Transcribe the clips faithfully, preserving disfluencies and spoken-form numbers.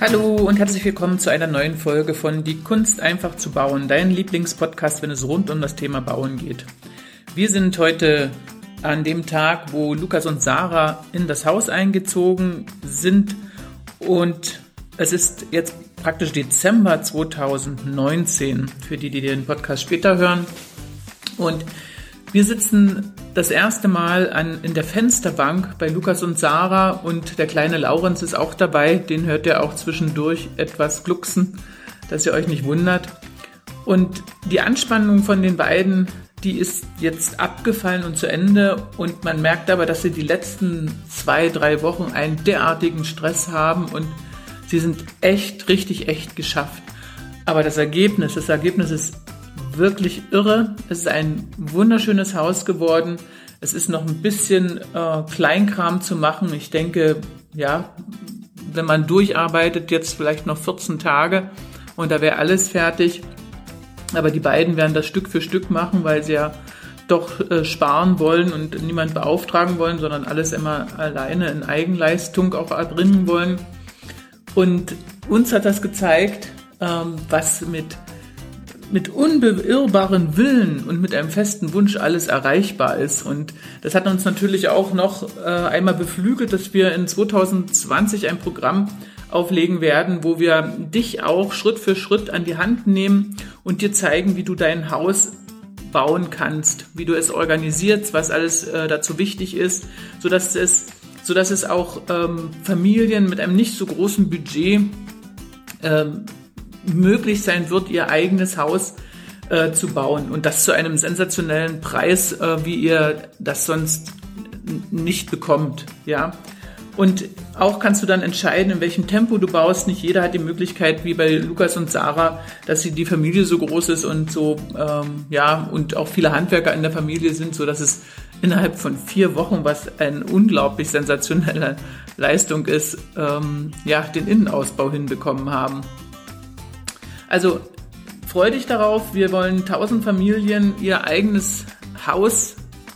Hallo und herzlich willkommen zu einer neuen Folge von Die Kunst einfach zu bauen, dein Lieblingspodcast, wenn es rund um das Thema Bauen geht. Wir sind heute an dem Tag, wo Lukas und Sarah in das Haus eingezogen sind und es ist jetzt praktisch Dezember zweitausendneunzehn, für die, die den Podcast später hören. Und wir sitzen das erste Mal an, in der Fensterbank bei Lukas und Sarah und der kleine Laurenz ist auch dabei. Den hört ihr auch zwischendurch etwas glucksen, dass ihr euch nicht wundert. Und die Anspannung von den beiden, die ist jetzt abgefallen und zu Ende. Und man merkt aber, dass sie die letzten zwei, drei Wochen einen derartigen Stress haben und sie sind echt, richtig, echt geschafft. Aber das Ergebnis, das Ergebnis ist wirklich irre. Es ist ein wunderschönes Haus geworden. Es ist noch ein bisschen äh, Kleinkram zu machen. Ich denke, ja, wenn man durcharbeitet, jetzt vielleicht noch vierzehn Tage und da wäre alles fertig. Aber die beiden werden das Stück für Stück machen, weil sie ja doch äh, sparen wollen und niemand beauftragen wollen, sondern alles immer alleine in Eigenleistung auch erbringen wollen. Und uns hat das gezeigt, ähm, was mit mit unbeirrbaren Willen und mit einem festen Wunsch alles erreichbar ist. Und das hat uns natürlich auch noch äh, einmal beflügelt, dass wir in zweitausendzwanzig ein Programm auflegen werden, wo wir dich auch Schritt für Schritt an die Hand nehmen und dir zeigen, wie du dein Haus bauen kannst, wie du es organisierst, was alles äh, dazu wichtig ist, sodass es, sodass es auch ähm, Familien mit einem nicht so großen Budget ähm, möglich sein wird, ihr eigenes Haus äh, zu bauen und das zu einem sensationellen Preis, äh, wie ihr das sonst n- nicht bekommt, ja. Und auch kannst du dann entscheiden, in welchem Tempo du baust. Nicht jeder hat die Möglichkeit, wie bei Lukas und Sarah, dass sie die Familie so groß ist und so, ähm, ja, und auch viele Handwerker in der Familie sind, so dass es innerhalb von vier Wochen, was eine unglaublich sensationelle Leistung ist, ähm, ja, den Innenausbau hinbekommen haben. Also freu dich darauf, wir wollen tausend Familien ihr eigenes Haus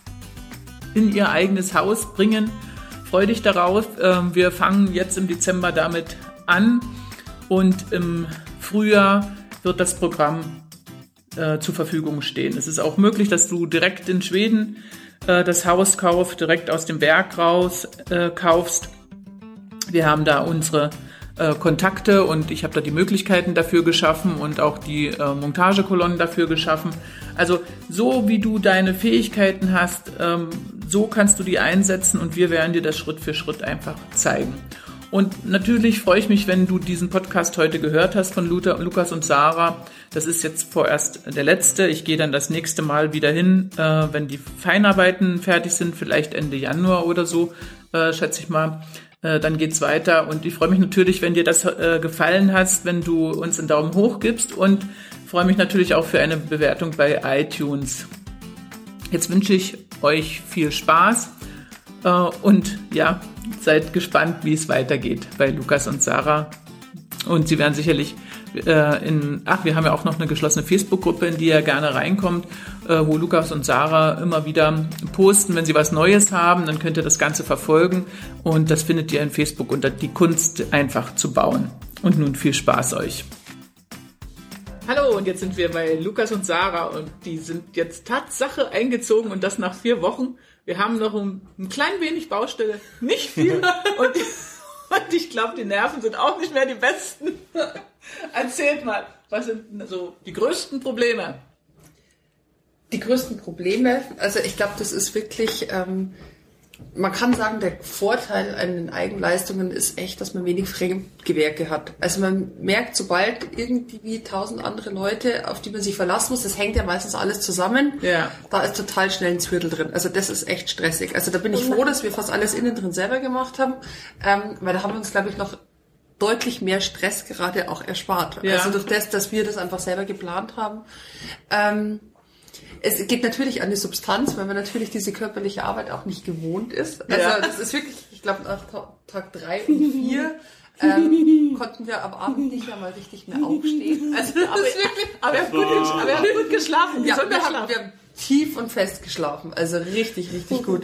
in ihr eigenes Haus bringen. Freu dich darauf, wir fangen jetzt im Dezember damit an und im Frühjahr wird das Programm äh, zur Verfügung stehen. Es ist auch möglich, dass du direkt in Schweden äh, das Haus kaufst, direkt aus dem Werk raus äh, kaufst. Wir haben da unsere Kontakte und ich habe da die Möglichkeiten dafür geschaffen und auch die äh, Montagekolonnen dafür geschaffen. Also so wie du deine Fähigkeiten hast, ähm, so kannst du die einsetzen und wir werden dir das Schritt für Schritt einfach zeigen. Und natürlich freue ich mich, wenn du diesen Podcast heute gehört hast von Luther, Lukas und Sarah. Das ist jetzt vorerst der letzte. Ich gehe dann das nächste Mal wieder hin, äh, wenn die Feinarbeiten fertig sind, vielleicht Ende Januar oder so, äh, schätze ich mal. Dann geht's weiter und ich freue mich natürlich, wenn dir das äh, gefallen hat, wenn du uns einen Daumen hoch gibst und freue mich natürlich auch für eine Bewertung bei iTunes. Jetzt wünsche ich euch viel Spaß äh, und ja, seid gespannt, wie es weitergeht bei Lukas und Sarah. Und sie werden sicherlich äh, in, ach, wir haben ja auch noch eine geschlossene Facebook-Gruppe, in die ihr gerne reinkommt, äh, wo Lukas und Sarah immer wieder posten, wenn sie was Neues haben, dann könnt ihr das Ganze verfolgen und das findet ihr in Facebook unter Die Kunst einfach zu bauen. Und nun viel Spaß euch. Hallo, und jetzt sind wir bei Lukas und Sarah und die sind jetzt Tatsache eingezogen und das nach vier Wochen. Wir haben noch ein, ein klein wenig Baustelle, nicht viel und Und ich glaube, die Nerven sind auch nicht mehr die besten. Erzählt mal, was sind so die größten Probleme? Die größten Probleme, also ich glaube, das ist wirklich, ähm, man kann sagen, der Vorteil an den Eigenleistungen ist echt, dass man wenig Fremdgewerke hat. Also man merkt, sobald irgendwie tausend andere Leute, auf die man sich verlassen muss, das hängt ja meistens alles zusammen, ja. Da ist total schnell ein Zwirtel drin. Also das ist echt stressig. Also da bin ich froh, dass wir fast alles innen drin selber gemacht haben, ähm, weil da haben wir uns, glaube ich, noch deutlich mehr Stress gerade auch erspart. Ja. Also durch das, dass wir das einfach selber geplant haben. Ähm, Es geht natürlich an die Substanz, weil man natürlich diese körperliche Arbeit auch nicht gewohnt ist. Also ja. Das ist wirklich, ich glaube, nach Tag drei und vier ähm, konnten wir am Abend nicht mehr mal richtig mehr aufstehen. Also, aber, wirklich, aber, wir haben gut, aber wir haben gut geschlafen. Ja, wir haben, wir haben tief und fest geschlafen. Also richtig, richtig gut.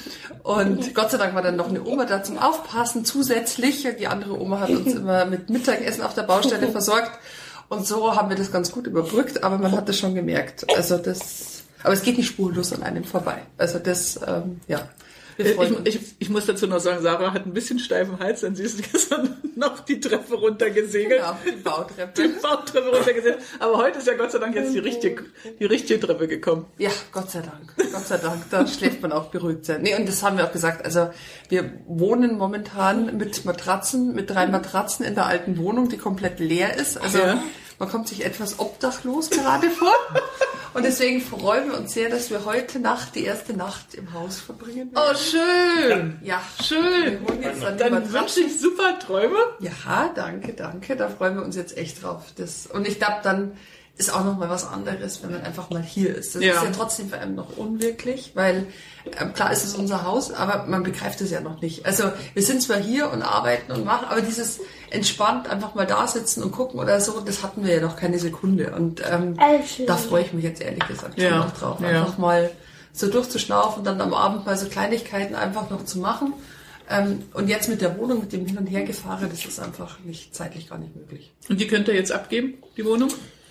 Und Gott sei Dank war dann noch eine Oma da zum Aufpassen zusätzlich. Die andere Oma hat uns immer mit Mittagessen auf der Baustelle versorgt. Und so haben wir das ganz gut überbrückt, aber man hat das schon gemerkt. Also das, aber es geht nicht spurlos an einem vorbei. Also das, ähm, ja. Ich, ich, ich muss dazu noch sagen, Sarah hat ein bisschen steifen Hals, denn sie ist gestern noch die Treppe runtergesegelt. Genau, die Bautreppe. Die Bautreppe runtergesegelt. Aber heute ist ja Gott sei Dank jetzt die richtige, die richtige Treppe gekommen. Ja, Gott sei Dank. Gott sei Dank. Da schläft man auch beruhigt sein. Nee, und das haben wir auch gesagt. Also wir wohnen momentan mit Matratzen, mit drei Matratzen in der alten Wohnung, die komplett leer ist. Also ja. Man kommt sich etwas obdachlos gerade vor. Und deswegen freuen wir uns sehr, dass wir heute Nacht die erste Nacht im Haus verbringen werden. Oh, schön. Ja, schön. Dann, dann wünsche ich super Träume. Ja, danke, danke. Da freuen wir uns jetzt echt drauf. Das, und ich glaube, dann ist auch noch mal was anderes, wenn man einfach mal hier ist. Das ja. ist ja trotzdem für einen noch unwirklich, weil äh, klar ist es unser Haus, aber man begreift es ja noch nicht. Also wir sind zwar hier und arbeiten und machen, aber dieses entspannt einfach mal da sitzen und gucken oder so, das hatten wir ja noch keine Sekunde. Und ähm, da freue ich mich jetzt ehrlich gesagt schon ja. noch drauf. Ja. Einfach mal so durchzuschnaufen und dann am Abend mal so Kleinigkeiten einfach noch zu machen. Ähm, und jetzt mit der Wohnung, mit dem Hin- und Hergefahren, das ist einfach nicht zeitlich gar nicht möglich. Und die könnt ihr jetzt abgeben, die Wohnung?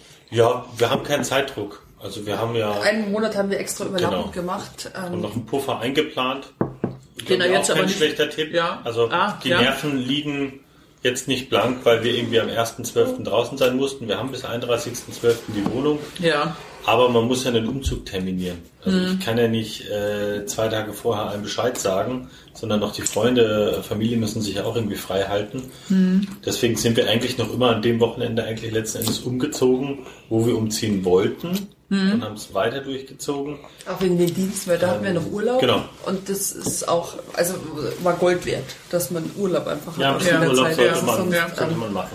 Ja, wir haben keinen Zeitdruck. Also wir haben ja... Einen Monat haben wir extra Überlappung genau. gemacht. Ähm, und noch einen Puffer eingeplant. Genau, jetzt auch aber kein nicht schlechter Tipp. Ja. Also ah, die ja. Nerven liegen jetzt nicht blank, weil wir irgendwie am ersten zwölften draußen sein mussten. Wir haben bis einunddreißigsten zwölften die Wohnung. Ja. Aber man muss ja einen Umzug terminieren. Also mhm. ich kann ja nicht äh, zwei Tage vorher einen Bescheid sagen, sondern noch die Freunde, Familie müssen sich ja auch irgendwie frei halten. Mhm. Deswegen sind wir eigentlich noch immer an dem Wochenende eigentlich letzten Endes umgezogen, wo wir umziehen wollten. Mhm. Und haben es weiter durchgezogen. Auch wegen den Diensten, weil da ähm, hatten wir noch Urlaub. Genau. Und das ist auch, also war Gold wert, dass man Urlaub einfach ja, hat. Ja, Urlaub Zeit, sollte, ja, man, sonst, ja. sollte ähm, man machen.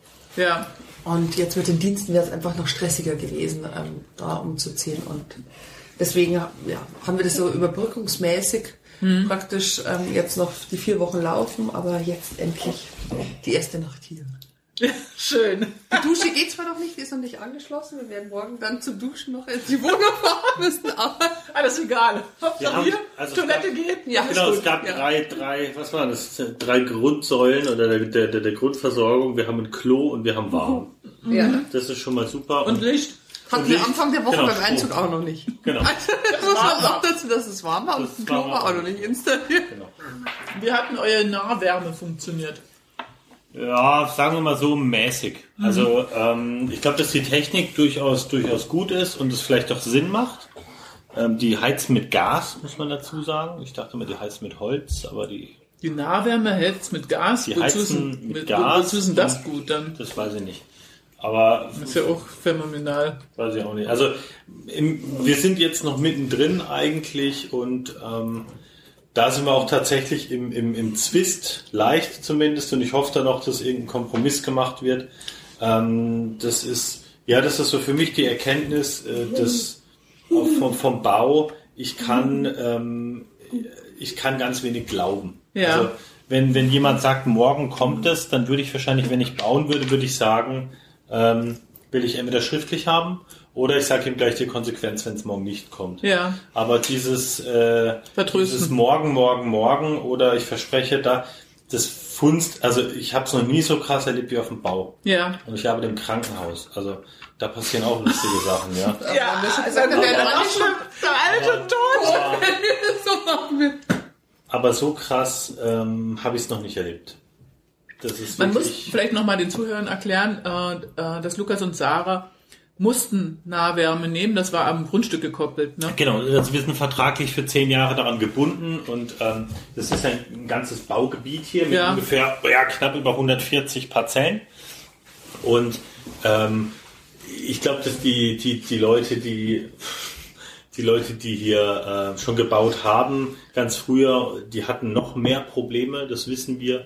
Ja. Und jetzt mit den Diensten wäre es einfach noch stressiger gewesen, ähm, da umzuziehen. Und deswegen ja, haben wir das so überbrückungsmäßig hm. praktisch ähm, jetzt noch die vier Wochen laufen, aber jetzt endlich die erste Nacht hier. Schön. Die Dusche geht zwar noch nicht, die ist noch nicht angeschlossen. Wir werden morgen dann zum Duschen noch in die Wohnung fahren müssen, aber alles egal. Ja, hier, also Toilette gab, geht. Ja, genau, es gab ja. drei, drei, was war das? Drei Grundsäulen oder der, der, der, der Grundversorgung. Wir haben ein Klo und wir haben warm. Ja. Das ist schon mal super. Und, und Licht. Hatten wir Anfang der Woche genau. beim Einzug auch noch nicht. Genau. Also, das muss man auch dazu, dass es warm war und das Klo war auch noch nicht installiert. Genau. Wie hat denn eure Nahwärme funktioniert? Ja, sagen wir mal so mäßig. Mhm. Also ähm, ich glaube, dass die Technik durchaus durchaus gut ist und es vielleicht auch Sinn macht. Ähm, die heizen mit Gas, muss man dazu sagen. Ich dachte immer, die heizen mit Holz, aber die... Die Nahwärme heizt mit Gas? Die heizen mit, mit Gas. Wozu ist denn das gut dann? Das weiß ich nicht. Aber das ist ja auch phänomenal. Weiß ich auch nicht. Also im, wir sind jetzt noch mittendrin eigentlich und ähm, da sind wir auch tatsächlich im, im, im Zwist, leicht zumindest, und ich hoffe dann auch, dass irgendein Kompromiss gemacht wird. Ähm, das ist, ja, das ist so für mich die Erkenntnis, äh, dass auch vom, vom Bau, ich kann, ähm, ich kann ganz wenig glauben. Ja. Also wenn, wenn jemand sagt, morgen kommt es, dann würde ich wahrscheinlich, wenn ich bauen würde, würde ich sagen, ähm, will ich entweder schriftlich haben oder ich sage ihm gleich die Konsequenz, wenn es morgen nicht kommt. Ja. Aber dieses, äh, dieses Morgen, Morgen, Morgen oder ich verspreche da, das funzt, also ich habe es noch nie so krass erlebt wie auf dem Bau. Ja. Und ich arbeite im Krankenhaus. Also da passieren auch lustige Sachen, ja. Ja, also dann wäre auch schon der alte tot. So machen wir. Aber so krass ähm, habe ich es noch nicht erlebt. Das ist Man muss vielleicht nochmal den Zuhörern erklären, äh, äh, dass Lukas und Sarah mussten Nahwärme nehmen, das war am Grundstück gekoppelt. Ne? Genau, also wir sind vertraglich für zehn Jahre daran gebunden und ähm, das ist ein, ein ganzes Baugebiet hier mit ja. ungefähr ja, knapp über hundertvierzig Parzellen. Und ähm, ich glaube, dass die, die, die Leute, die die Leute, die hier äh, schon gebaut haben, ganz früher, die hatten noch mehr Probleme, das wissen wir.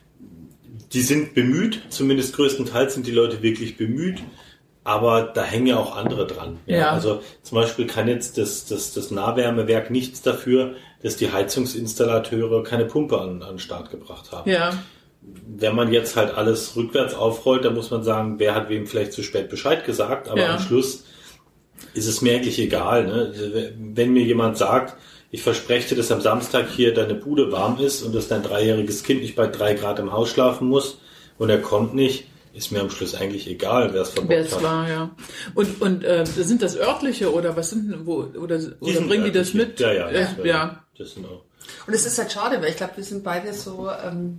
Die sind bemüht, zumindest größtenteils sind die Leute wirklich bemüht, aber da hängen ja auch andere dran. Ja? Ja. Also zum Beispiel kann jetzt das, das, das Nahwärmewerk nichts dafür, dass die Heizungsinstallateure keine Pumpe an, an den Start gebracht haben. Ja. Wenn man jetzt halt alles rückwärts aufrollt, dann muss man sagen, wer hat wem vielleicht zu spät Bescheid gesagt, aber ja. am Schluss ist es mir eigentlich egal. Ne? Wenn mir jemand sagt, ich verspreche dir, dass am Samstag hier deine Bude warm ist und dass dein dreijähriges Kind nicht bei drei Grad im Haus schlafen muss und er kommt nicht, ist mir am Schluss eigentlich egal, wer es verbockt hat. Wer es war, ja. Und, und äh, sind das örtliche oder was sind wo oder, die oder sind bringen die das mit? Ja, ja. Das, äh, ja. Das sind auch. Und es ist halt schade, weil ich glaube, wir sind beide so ähm,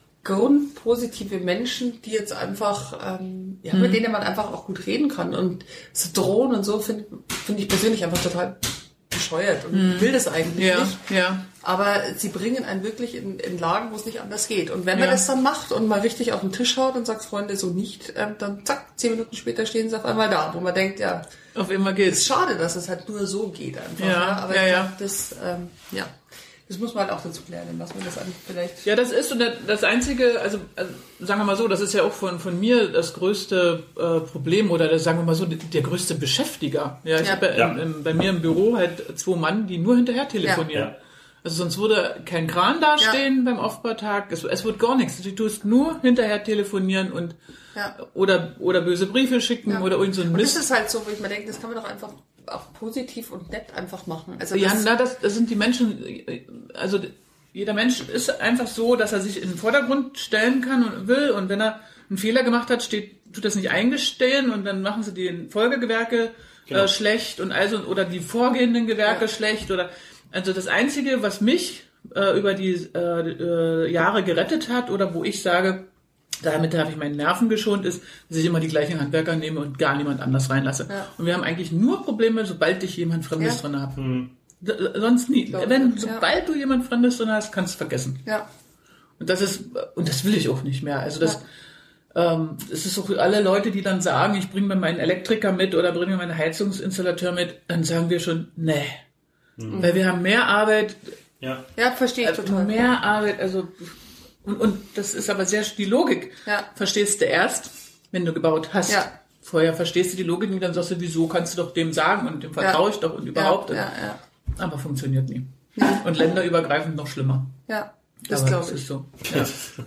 grundpositive Menschen, die jetzt einfach, ähm, ja, mhm. mit denen man einfach auch gut reden kann. Und so drohen und so finde find ich persönlich einfach total bescheuert und mhm. will das eigentlich ja, nicht. Ja. Aber sie bringen einen wirklich in, in Lagen, wo es nicht anders geht. Und wenn man ja. das dann macht und mal richtig auf den Tisch haut und sagt, Freunde, so nicht, ähm, dann zack, zehn Minuten später stehen sie auf einmal da, wo man denkt, ja, auf immer geht's. Es ist schade, dass es halt nur so geht einfach. Ja, ja. Aber ja, ich ja. glaube, das, ähm, ja. Das muss man halt auch dazu lernen, dass man das an vielleicht... Ja, das ist und das Einzige, also, also sagen wir mal so, das ist ja auch von, von mir das größte äh, Problem oder das, sagen wir mal so, der größte Beschäftiger. Ja, ich ja. habe ja, ja. bei mir im Büro halt zwei Mann, die nur hinterher telefonieren. Ja. Also sonst würde kein Kran dastehen ja. beim Aufbautag, es, es wird gar nichts. Du tust nur hinterher telefonieren und ja. oder, oder böse Briefe schicken ja. oder irgend so ein Mist. Und das ist halt so, wo ich mir denke, das kann man doch einfach auch positiv und nett einfach machen. Also ja, na, das, das sind die Menschen, also jeder Mensch ist einfach so, dass er sich in den Vordergrund stellen kann und will und wenn er einen Fehler gemacht hat, steht, tut das nicht eingestehen und dann machen sie die Folgegewerke genau. äh, schlecht und also oder die vorgehenden Gewerke ja. schlecht oder also das Einzige, was mich äh, über die äh, äh, Jahre gerettet hat oder wo ich sage, damit habe ich meinen Nerven geschont, ist, dass ich immer die gleichen Handwerker nehme und gar niemand anders reinlasse. Ja. Und wir haben eigentlich nur Probleme, sobald ich jemand Fremdes ja. drin habe. Mhm. Sonst nie. Wenn, sobald ja. du jemand Fremdes drin hast, kannst du vergessen. Ja. Und das ist, und das will ich auch nicht mehr. Also das, ja. ähm, es ist auch alle Leute, die dann sagen, ich bringe mir meinen Elektriker mit oder bringe mir meinen Heizungsinstallateur mit, dann sagen wir schon, nee. Mhm. Weil wir haben mehr Arbeit. Ja, ja verstehe ich also total. Mehr Arbeit, also, Und, und das ist aber sehr die Logik. Ja. Verstehst du erst, wenn du gebaut hast. Ja. Vorher verstehst du die Logik nicht, dann sagst du, wieso kannst du doch dem sagen und dem vertraue ich doch und überhaupt. Ja, ja, ja. Aber funktioniert nie. Ja. Und länderübergreifend noch schlimmer. Ja, das glaube ich. Ist so. Ja.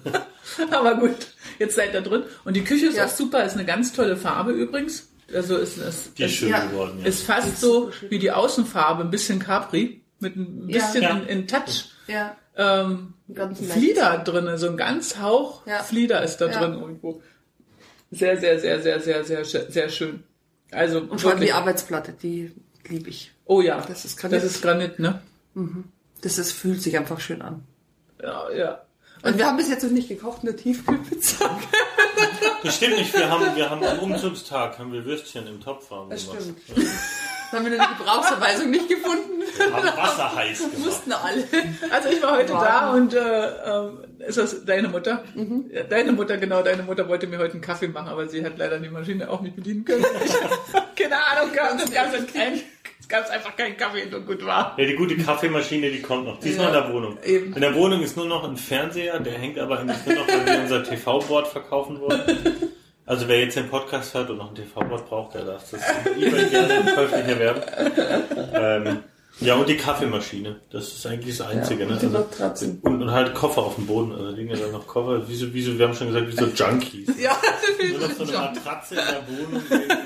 Aber gut, jetzt seid ihr drin. Und die Küche ist ja. auch super, ist eine ganz tolle Farbe übrigens. Also ist, ist, die ist schön ja. geworden. Ja. Ist fast ist so wie die Außenfarbe, ein bisschen Capri, mit ein bisschen ja. in, in Touch. Ja. Ähm, Flieder drin, so ein ganz Hauch ja. Flieder ist da ja. drin irgendwo. Sehr, sehr, sehr, sehr, sehr, sehr, sehr schön. Also und vor allem die Arbeitsplatte, die liebe ich. Oh ja, das ist Granit. Das ist Granit, ne? Mhm. Das ist, fühlt sich einfach schön an. Ja, ja. Und wir haben bis jetzt noch nicht gekocht, nur Tiefkühlpizza. Das stimmt nicht, wir haben, wir haben am Umzugstag haben wir Würstchen im Topf haben das gemacht. Stimmt. Da haben wir eine Gebrauchsanweisung nicht gefunden. Wir haben Wasser heiß gemacht. Mussten alle. Also ich war heute wow. da und äh, ist das deine Mutter? Mhm. Ja, deine Mutter, genau, deine Mutter wollte mir heute einen Kaffee machen, aber sie hat leider die Maschine auch nicht bedienen können. Keine Ahnung, es gab ganz einfach keinen Kaffee und gut war. Ja, die gute Kaffeemaschine, die kommt noch. Die ist ja, noch in der Wohnung. Eben. In der Wohnung ist nur noch ein Fernseher, der hängt aber eigentlich nur noch, weil wir unser T V-Board verkaufen wollen. Also wer jetzt den Podcast hört und noch ein T V-Board braucht, der darf das eBay gerne käuflich erwerben. Ähm, ja, und die Kaffeemaschine. Das ist eigentlich das Einzige. Ja, und, ne? also, und, und halt Koffer auf dem Boden. Also liegen ja dann noch Koffer. Wie so, wie so, wir haben schon gesagt, wie so Junkies. Ja, nur noch so eine Matratze in der Wohnung.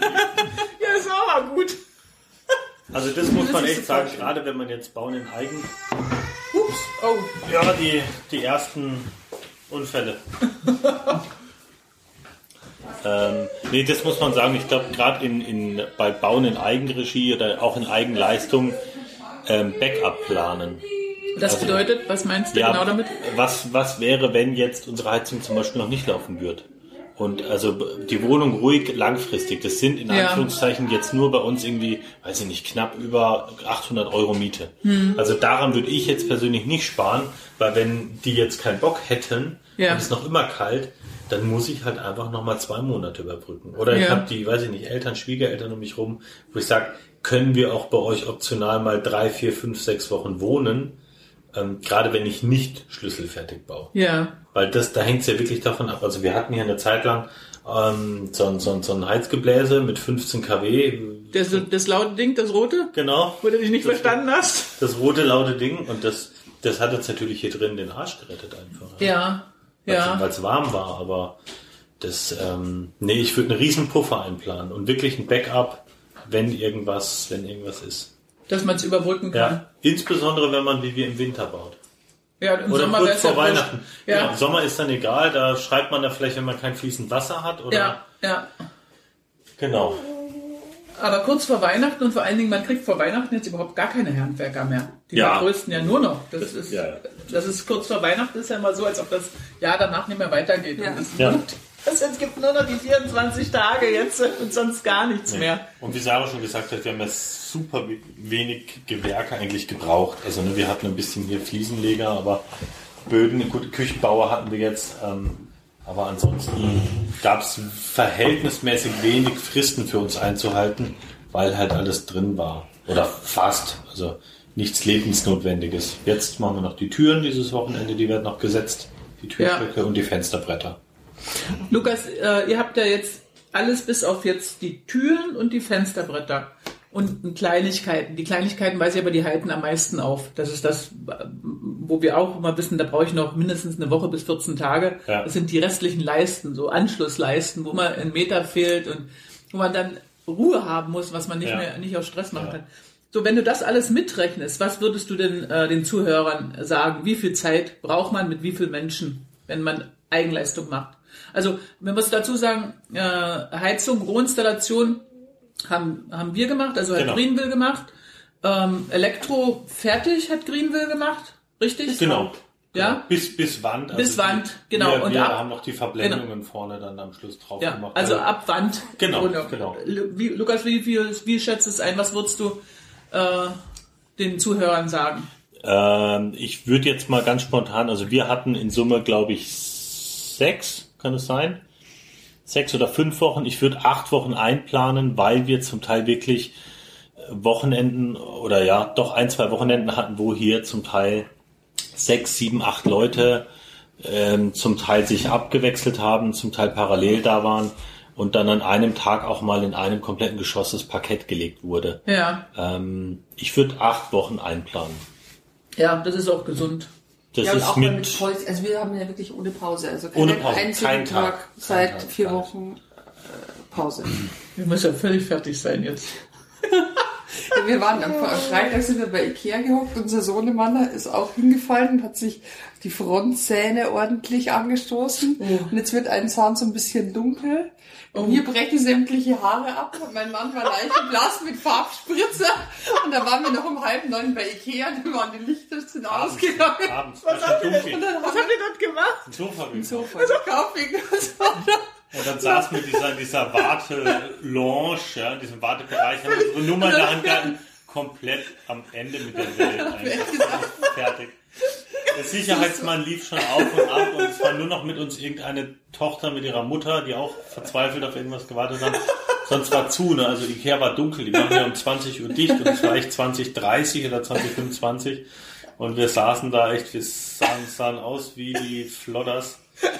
Ja, das war aber gut. Also das muss man echt sagen, gerade wenn man jetzt bauen in Eigen... Ups, oh. Ja, die, die ersten Unfälle. ähm, nee, das muss man sagen. Ich glaube, gerade in, in, bei Bauen in Eigenregie oder auch in Eigenleistung ähm, Backup planen. Das also, bedeutet, was meinst du ja, genau damit? Was, was wäre, wenn jetzt unsere Heizung zum Beispiel noch nicht laufen würde? Und also die Wohnung ruhig langfristig, das sind in ja. Anführungszeichen jetzt nur bei uns irgendwie, weiß ich nicht, knapp über achthundert Euro Miete. Hm. Also daran würde ich jetzt persönlich nicht sparen, weil wenn die jetzt keinen Bock hätten ja. und es ist noch immer kalt, dann muss ich halt einfach nochmal zwei Monate überbrücken. Oder ich ja. habe die, weiß ich nicht, Eltern, Schwiegereltern um mich rum, wo ich sage, können wir auch bei euch optional mal drei, vier, fünf, sechs Wochen wohnen, ähm, gerade wenn ich nicht schlüsselfertig baue. Ja. Weil das, da hängt es ja wirklich davon ab. Also wir hatten hier eine Zeit lang ähm, so, so, so ein Heizgebläse mit fünfzehn Kilowatt. Das, das laute Ding, das rote? Genau. Wo du dich nicht das, verstanden hast? Das rote, laute Ding. Und das, das hat uns natürlich hier drin den Arsch gerettet einfach. Ja, ja. Weil es warm war. Aber das, ähm, nee, ich würde einen riesen Puffer einplanen und wirklich ein Backup. wenn irgendwas, wenn irgendwas ist. Dass man es überbrücken kann. Ja, insbesondere wenn man wie wir im Winter baut. Ja, im oder Sommer kurz vor ja Weihnachten. Ja. Ja, im Sommer ist dann egal, da schreibt man da vielleicht, wenn man kein fließend Wasser hat. Oder? Ja, ja. Genau. Aber kurz vor Weihnachten und vor allen Dingen, man kriegt vor Weihnachten jetzt überhaupt gar keine Handwerker mehr. Die ja. vergrößten ja nur noch. Das, das ist, ja, ja. das ist kurz vor Weihnachten ist ja immer so, als ob das Jahr danach nicht mehr weitergeht. Ja. Und das Ja. Das jetzt gibt nur noch die vierundzwanzig Tage jetzt und sonst gar nichts Nee. mehr. Und wie Sarah schon gesagt hat, wir haben ja super wenig Gewerke eigentlich gebraucht. Also ne, wir hatten ein bisschen hier Fliesenleger, aber Böden, gute Küchenbauer hatten wir jetzt. Ähm, aber ansonsten gab es verhältnismäßig wenig Fristen für uns einzuhalten, weil halt alles drin war. Oder fast. Also nichts Lebensnotwendiges. Jetzt machen wir noch die Türen dieses Wochenende, die werden noch gesetzt. Die Türstücke ja. und die Fensterbretter. Lukas, äh, ihr habt ja jetzt alles bis auf jetzt die Türen und die Fensterbretter und Kleinigkeiten. Die Kleinigkeiten, weiß ich aber, die halten am meisten auf. Das ist das, wo wir auch immer wissen, da brauche ich noch mindestens eine Woche bis vierzehn Tage. Ja. Das sind die restlichen Leisten, so Anschlussleisten, wo man einen Meter fehlt und wo man dann Ruhe haben muss, was man nicht ja. mehr nicht aus Stress machen ja. kann. So, wenn du das alles mitrechnest, was würdest du denn äh, den Zuhörern sagen? Wie viel Zeit braucht man mit wie vielen Menschen, wenn man Eigenleistung macht? Also, wenn wir es dazu sagen, äh, Heizung, Rohinstallation haben, haben wir gemacht, also hat genau. Greenville gemacht. Ähm, Elektro fertig hat Greenville gemacht, richtig? Genau. Ja? Genau. Bis, bis Wand. Also bis Wand, genau. Wir, und wir ab, haben noch die Verblendungen genau. vorne dann am Schluss drauf ja, gemacht. Also ab Wand. Genau, Runter. genau. Wie, Lukas, wie, wie, wie schätzt es ein? Was würdest du äh, den Zuhörern sagen? Ähm, ich würde jetzt mal ganz spontan, also wir hatten in Summe, glaube ich, sechs, kann es sein? Sechs oder fünf Wochen. Ich würde acht Wochen einplanen, weil wir zum Teil wirklich Wochenenden oder ja, doch ein, zwei Wochenenden hatten, wo hier zum Teil sechs, sieben, acht Leute ähm, zum Teil sich abgewechselt haben, zum Teil parallel da waren und dann an einem Tag auch mal in einem kompletten Geschoss das Parkett gelegt wurde. Ja. Ähm, ich würde acht Wochen einplanen. Ja, das ist auch gesund. Das ja, und ist auch mit, mit Pause, also wir haben ja wirklich ohne Pause, also keinen ohne Pause, einzigen kein Tag, Tag seit kein Tag, vier Wochen äh, Pause. Wir müssen ja völlig fertig sein jetzt. Wir waren am Freitag sind wir bei Ikea gehockt, unser Sohnemann ist auch hingefallen und hat sich die Frontzähne ordentlich angestoßen. Oh. Und jetzt wird ein Zahn so ein bisschen dunkel. Oh. Wir brechen sämtliche Haare ab und mein Mann war leichenblass mit Farbspritzer. Und da waren wir noch um halb neun bei Ikea, da waren die Lichter sind abends, ausgegangen. Abends, was habt ihr, was habt ihr dort gemacht? Ein Sofa. Ein Sofa. Also Kaffee. Und dann saßen wir in dieser, dieser Warte-Lounge, ja, in diesem Wartebereich, haben unsere Nummer in der Hand gehalten, komplett am Ende mit der Welt eigentlich. Fertig. Der Sicherheitsmann lief schon auf und ab und es war nur noch mit uns irgendeine Tochter mit ihrer Mutter, die auch verzweifelt auf irgendwas gewartet haben. Sonst war zu, ne? Also Ikea war dunkel, die machen ja um zwanzig Uhr dicht und es war echt zwanzig dreißig oder zwanzig fünfundzwanzig und wir saßen da echt, wir sahen, sahen aus wie die Flodders.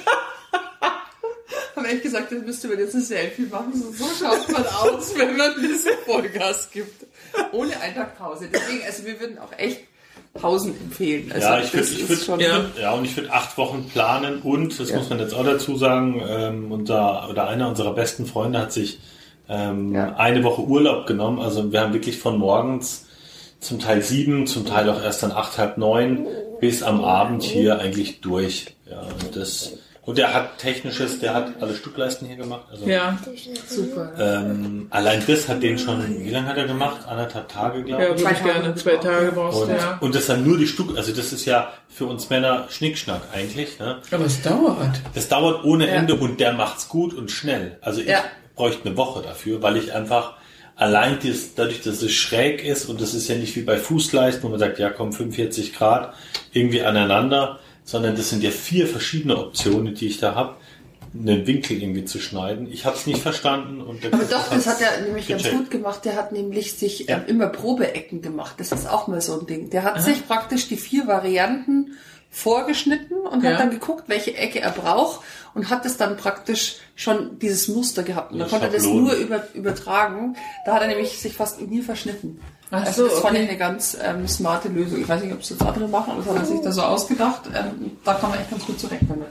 Haben echt gesagt, dann müsste man jetzt ein Selfie machen. So, so schaut man aus, wenn man ein bisschen Vollgas gibt. Ohne einen Tag Pause. Deswegen, also wir würden auch echt Pausen empfehlen. Also ja, ich würde, ich würde, ja. ja, und ich würde acht Wochen planen und, das ja. muss man jetzt auch dazu sagen, ähm, unser, oder einer unserer besten Freunde hat sich ähm, ja. eine Woche Urlaub genommen. Also wir haben wirklich von morgens zum Teil sieben, zum Teil auch erst dann acht, halb neun bis am Abend hier eigentlich durch. Ja, und das, und der hat technisches, der hat alle Stückleisten hier gemacht. Also, ja, super. Ähm, allein das hat den schon, wie lange hat er gemacht? Anderthalb Tage, glaube ich. Ja, würde ich gerne zwei Tage brauchst und, ja. und das dann nur die Stück, also das ist ja für uns Männer Schnickschnack eigentlich. Ne? Aber es dauert. Das dauert ohne ja. Ende und der macht's gut und schnell. Also ich ja. bräuchte eine Woche dafür, weil ich einfach allein dies, dadurch, dass es schräg ist und das ist ja nicht wie bei Fußleisten, wo man sagt, ja komm, fünfundvierzig Grad irgendwie aneinander, sondern das sind ja vier verschiedene Optionen, die ich da habe, einen Winkel irgendwie zu schneiden. Ich habe es nicht verstanden. Und der Aber doch, das hat er nämlich gecheckt. ganz gut gemacht. Der hat nämlich sich ja. ähm, immer Probeecken gemacht. Das ist auch mal so ein Ding. Der hat Aha. sich praktisch die vier Varianten vorgeschnitten und ja. hat dann geguckt, welche Ecke er braucht und hat es dann praktisch schon dieses Muster gehabt. Und dann konnte er das nur über, übertragen. Da hat er nämlich sich fast nie verschnitten. Ach also so, das okay. fand ich eine ganz ähm, smarte Lösung. Ich weiß nicht, ob es jetzt andere machen, aber das hat er sich da so ausgedacht. Ähm, da kann man echt ganz gut zurecht damit.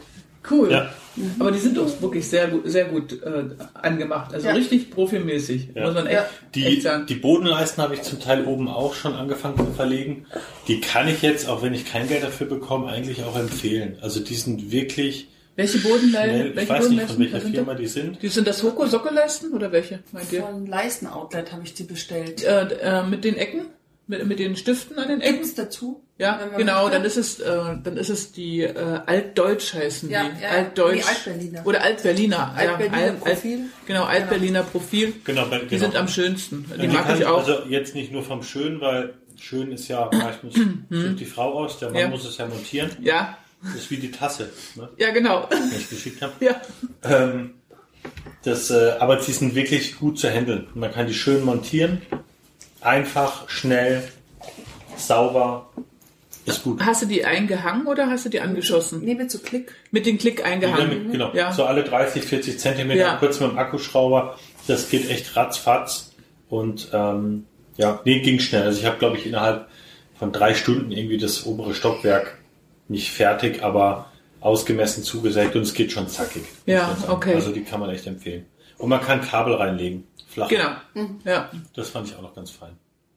Cool. Ja. Aber die sind doch wirklich sehr gut, sehr gut äh, angemacht. Also ja. richtig profimäßig, ja. muss man echt, die, echt sagen. Die Bodenleisten habe ich zum Teil oben auch schon angefangen zu verlegen. Die kann ich jetzt, auch wenn ich kein Geld dafür bekomme, eigentlich auch empfehlen. Also die sind wirklich... Welche Bodenleisten? Ich weiß nicht, von welcher Firma die sind. Die sind das Hoko-Sockelleisten oder welche, meint ihr? Von Leisten-Outlet habe ich die bestellt. Äh, äh, mit den Ecken? Mit, mit den Stiften an den Ecken? Gibt's dazu? Ja, genau, dann ist es, äh, dann ist es die äh, Altdeutsch heißen ja, die. Ja, Altdeutsch. Die Altberliner. Oder Altberliner. Altberliner ja, Alt, Profil. Alt, genau, Altberliner Profil. Genau, genau. Die sind am schönsten. Die, die mag kann, ich auch. Also jetzt nicht nur vom Schön, weil schön ist ja meistens sucht die Frau aus, der Mann ja. muss es ja montieren. Ja. Das ist wie die Tasse, ne? Ja, genau. Die ich geschickt habe. Ja. Ähm, das, äh, aber die sind wirklich gut zu handeln. Man kann die schön montieren. Einfach, schnell, sauber. Ist gut. Hast du die eingehangen oder hast du die angeschossen? Nee, mit so Klick. Mit dem Klick eingehangen. Ja, genau. Ja. So alle dreißig, vierzig Zentimeter, ja. kurz mit dem Akkuschrauber. Das geht echt ratzfatz. Und ähm, ja, nee, ging schnell. Also ich habe, glaube ich, innerhalb von drei Stunden irgendwie das obere Stockwerk nicht fertig, aber ausgemessen zugesägt und es geht schon zackig. Ja, okay. Also die kann man echt empfehlen. Und man kann Kabel reinlegen. Flach. Genau. Mhm. Ja. Das fand ich auch noch ganz fein.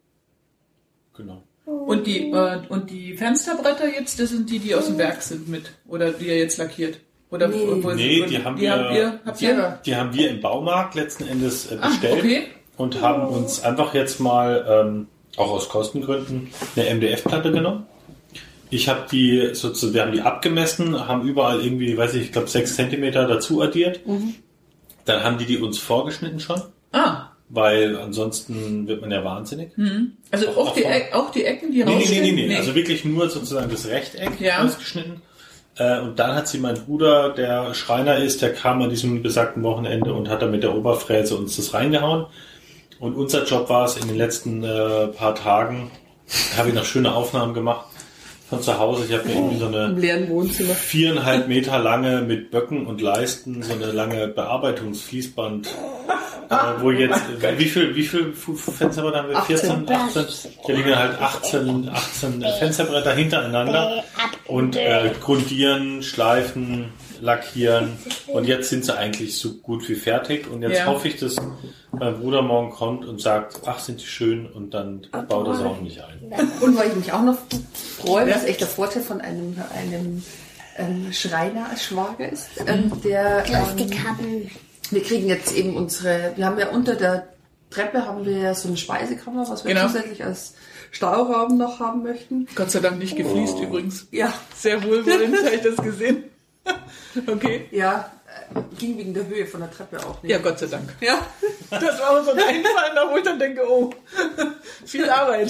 Genau. Und die, äh, und die Fensterbretter jetzt, das sind die, die aus dem Werk sind mit, oder die ihr jetzt lackiert? Oder nee, wo nee sie, die, haben die wir, habt ihr, habt die, ihr? die haben wir im Baumarkt letzten Endes äh, bestellt. Ah, okay. Und haben uns einfach jetzt mal, ähm, auch aus Kostengründen, eine M D F-Platte genommen. Ich habe die sozusagen, wir haben die abgemessen, haben überall irgendwie, weiß ich, ich glaube sechs Zentimeter dazu addiert. Mhm. Dann haben die die uns vorgeschnitten schon. Ah. Weil ansonsten wird man ja wahnsinnig. Mhm. Also auch, auch, die, e- auch die Ecken, die nee, rausstehen? Nee, nee, nee, nee. Also wirklich nur sozusagen das Rechteck ja. ausgeschnitten. Äh, und dann hat sie mein Bruder, der Schreiner ist, der kam an diesem besagten Wochenende und hat dann mit der Oberfräse uns das reingehauen. Und unser Job war es in den letzten äh, paar Tagen, habe ich noch schöne Aufnahmen gemacht von zu Hause. Ich habe mir irgendwie so eine viereinhalb Meter lange mit Böcken und Leisten, so eine lange Bearbeitungsfließband, äh, wo jetzt, wie viel, wie viel Fensterbretter haben wir? vierzehn, achtzehn? Hier liegen halt achtzehn, achtzehn Fensterbretter hintereinander und äh, grundieren, schleifen, lackieren und jetzt sind sie eigentlich so gut wie fertig und jetzt ja. hoffe ich, dass mein Bruder morgen kommt und sagt, ach, sind die schön und dann baut er es auch nicht ein. Und weil ich mich auch noch freue, was echt der Vorteil von einem, einem ähm, Schreiner als Schwager ist, ähm, der ähm, wir kriegen jetzt eben unsere, wir haben ja unter der Treppe haben wir ja so eine Speisekammer, was wir genau. zusätzlich als Stauraum noch haben möchten. Gott sei Dank nicht gefliest oh. übrigens. Ja. Sehr wohlwollend habe ich das gesehen. Okay. Ja, äh, ging wegen der Höhe von der Treppe auch nicht. Ja, Gott sei Dank. Ja. Das war so ein Einfall, wo ich dann denke, oh, viel Arbeit.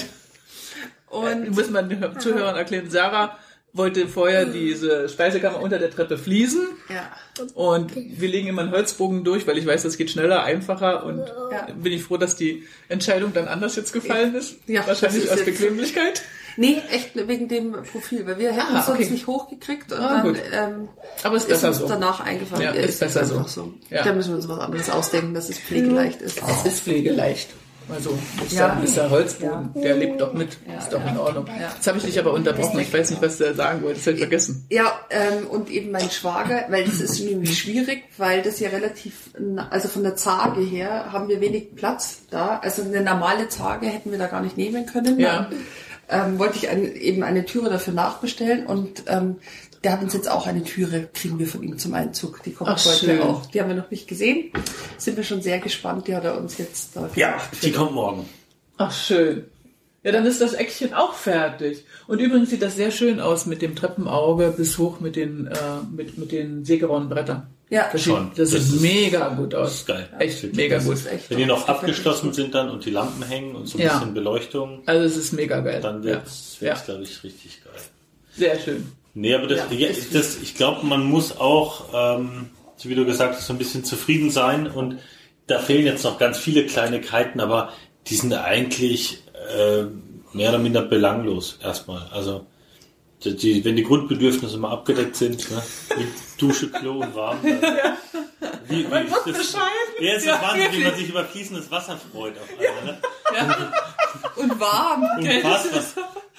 Und äh, muss man den Zuhörern erklären, Sarah wollte vorher diese Speisekammer unter der Treppe fließen. Ja. Und wir legen immer einen Holzbogen durch, weil ich weiß, das geht schneller, einfacher. Und ja. bin ich froh, dass die Entscheidung dann anders jetzt gefallen ist. Ja, wahrscheinlich aus Bequemlichkeit. Nee, echt wegen dem Profil, weil wir hätten ah, es okay. sonst nicht hochgekriegt und ah, dann ähm, aber ist, ist uns so. danach eingefallen. Ja, ist, ist besser so. so. Ja. Da müssen wir uns was anderes ausdenken, dass es pflegeleicht ist. Es ist pflegeleicht. Also ist ja. da, ist der Holzboden, ja. der lebt doch mit, ja, ist doch ja. in Ordnung. Ja. Jetzt habe ich dich aber unterbrochen, ich weiß nicht, was du sagen wolltest, das habe ich vergessen. Ja, ähm, und eben mein Schwager, weil das ist nämlich schwierig, weil das ja relativ, also von der Zarge her haben wir wenig Platz da, also eine normale Zarge hätten wir da gar nicht nehmen können. Ja. Dann, ähm, wollte ich ein, eben eine Türe dafür nachbestellen und ähm, der hat uns jetzt auch eine Türe, kriegen wir von ihm zum Einzug. Die kommt Ach, heute schön. auch. Die haben wir noch nicht gesehen. Sind wir schon sehr gespannt. Die hat er uns jetzt da gemacht. Ja, die kommt morgen. Ach, schön. Ja, dann ist das Eckchen auch fertig. Und übrigens sieht das sehr schön aus mit dem Treppenauge bis hoch mit den, äh, mit, mit den sägeronen Brettern. Ja, das schon. Sieht, das, das sieht ist, mega gut aus. Das ist geil. Echt ja, mega gut. Echt Wenn die noch abgeschlossen sind dann und die Lampen hängen und so ein ja. bisschen Beleuchtung. Also es ist mega geil. Dann wird es, ja. glaube ich, richtig geil. Sehr schön. Nee, aber das, ja, das, ich glaube, man muss auch, ähm, so wie du gesagt hast, so ein bisschen zufrieden sein und da fehlen jetzt noch ganz viele Kleinigkeiten, aber die sind eigentlich äh, mehr oder minder belanglos erstmal. Also die, die, wenn die Grundbedürfnisse mal abgedeckt sind, ne? Wie Dusche, Klo und warm. Dann, ja. wie, wie, man muss das, Bescheid. Ja, es ist ja, Wahnsinn, wie man sich über fließendes Wasser freut. Auf einmal, ne? Ja. Und warm. Und was, was,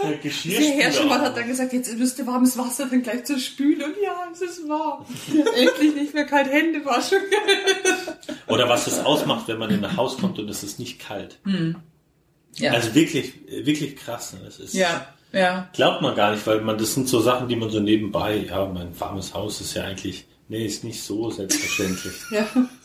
äh, Geschirrspüler. Der Herrschmann hat dann gesagt, jetzt müsste warmes Wasser dann gleich zur Spülung. Ja, es ist warm. Endlich nicht mehr kalt Hände waschen. Oder was es ausmacht, wenn man in ein Haus kommt und es ist nicht kalt. Hm. Ja. Also wirklich, wirklich krass. Ne? Das ist, ja, ja. Glaubt man gar nicht, weil man, das sind so Sachen, die man so nebenbei, ja, mein warmes Haus ist ja eigentlich, nee, ist nicht so selbstverständlich. Ja.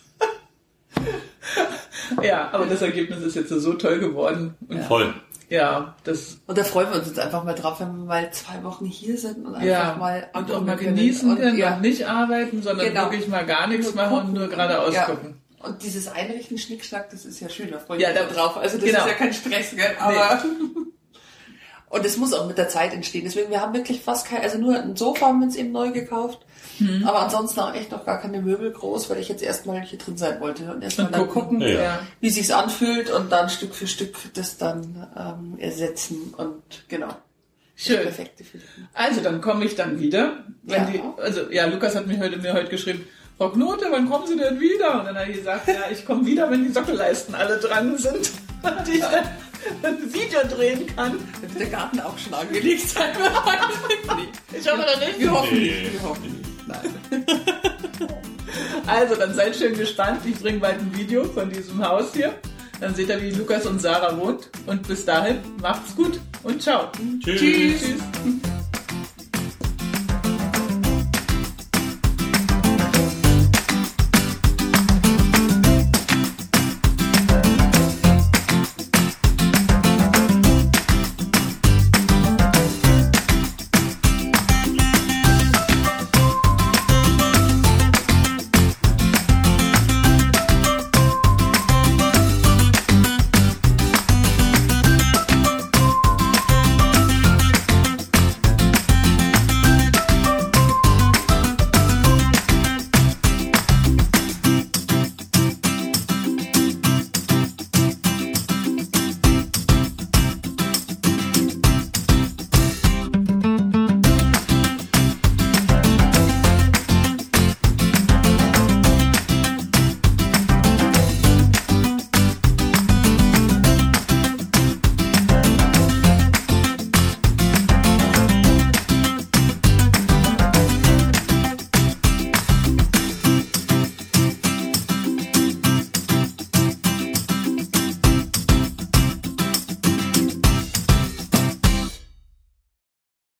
Ja, aber das Ergebnis ist jetzt so toll geworden. Und ja. Voll. Ja, das. Und da freuen wir uns jetzt einfach mal drauf, wenn wir mal zwei Wochen hier sind und einfach ja, mal und auch mal genießen und, können ja. und nicht arbeiten, sondern genau. wirklich mal gar nichts machen und nur geradeaus ja. gucken. Und dieses Einrichten, Schnickschnack, das ist ja schön, da freue ich ja, mich da drauf. Also das genau. ist ja kein Stress, gell? Aber nee. Und es muss auch mit der Zeit entstehen. Deswegen, wir haben wirklich fast kein, also nur ein Sofa haben wir uns eben neu gekauft. Hm. Aber ansonsten auch echt noch gar keine Möbel groß, weil ich jetzt erstmal hier drin sein wollte und erstmal dann gucken, ja, ja. wie sich's anfühlt und dann Stück für Stück das dann ähm, ersetzen und genau. Schön. Perfekte für dich. Also dann komme ich dann wieder. Wenn ja. die, also ja, Lukas hat mir heute, mir heute geschrieben, Frau Knote, wann kommen Sie denn wieder? Und dann habe ich gesagt, ja, ich komme wieder, wenn die Sockelleisten alle dran sind und ich dann ein Video drehen kann. Dann wird der Garten auch schon angelegt sein. Ich hoffe doch nicht. Wir hoffen Nee. nicht. Wir hoffen nicht. Nein. Also, dann seid schön gespannt. Ich bringe bald ein Video von diesem Haus hier. Dann seht ihr, wie Lukas und Sarah wohnt. Und bis dahin, macht's gut und ciao. Tschüss. Tschüss.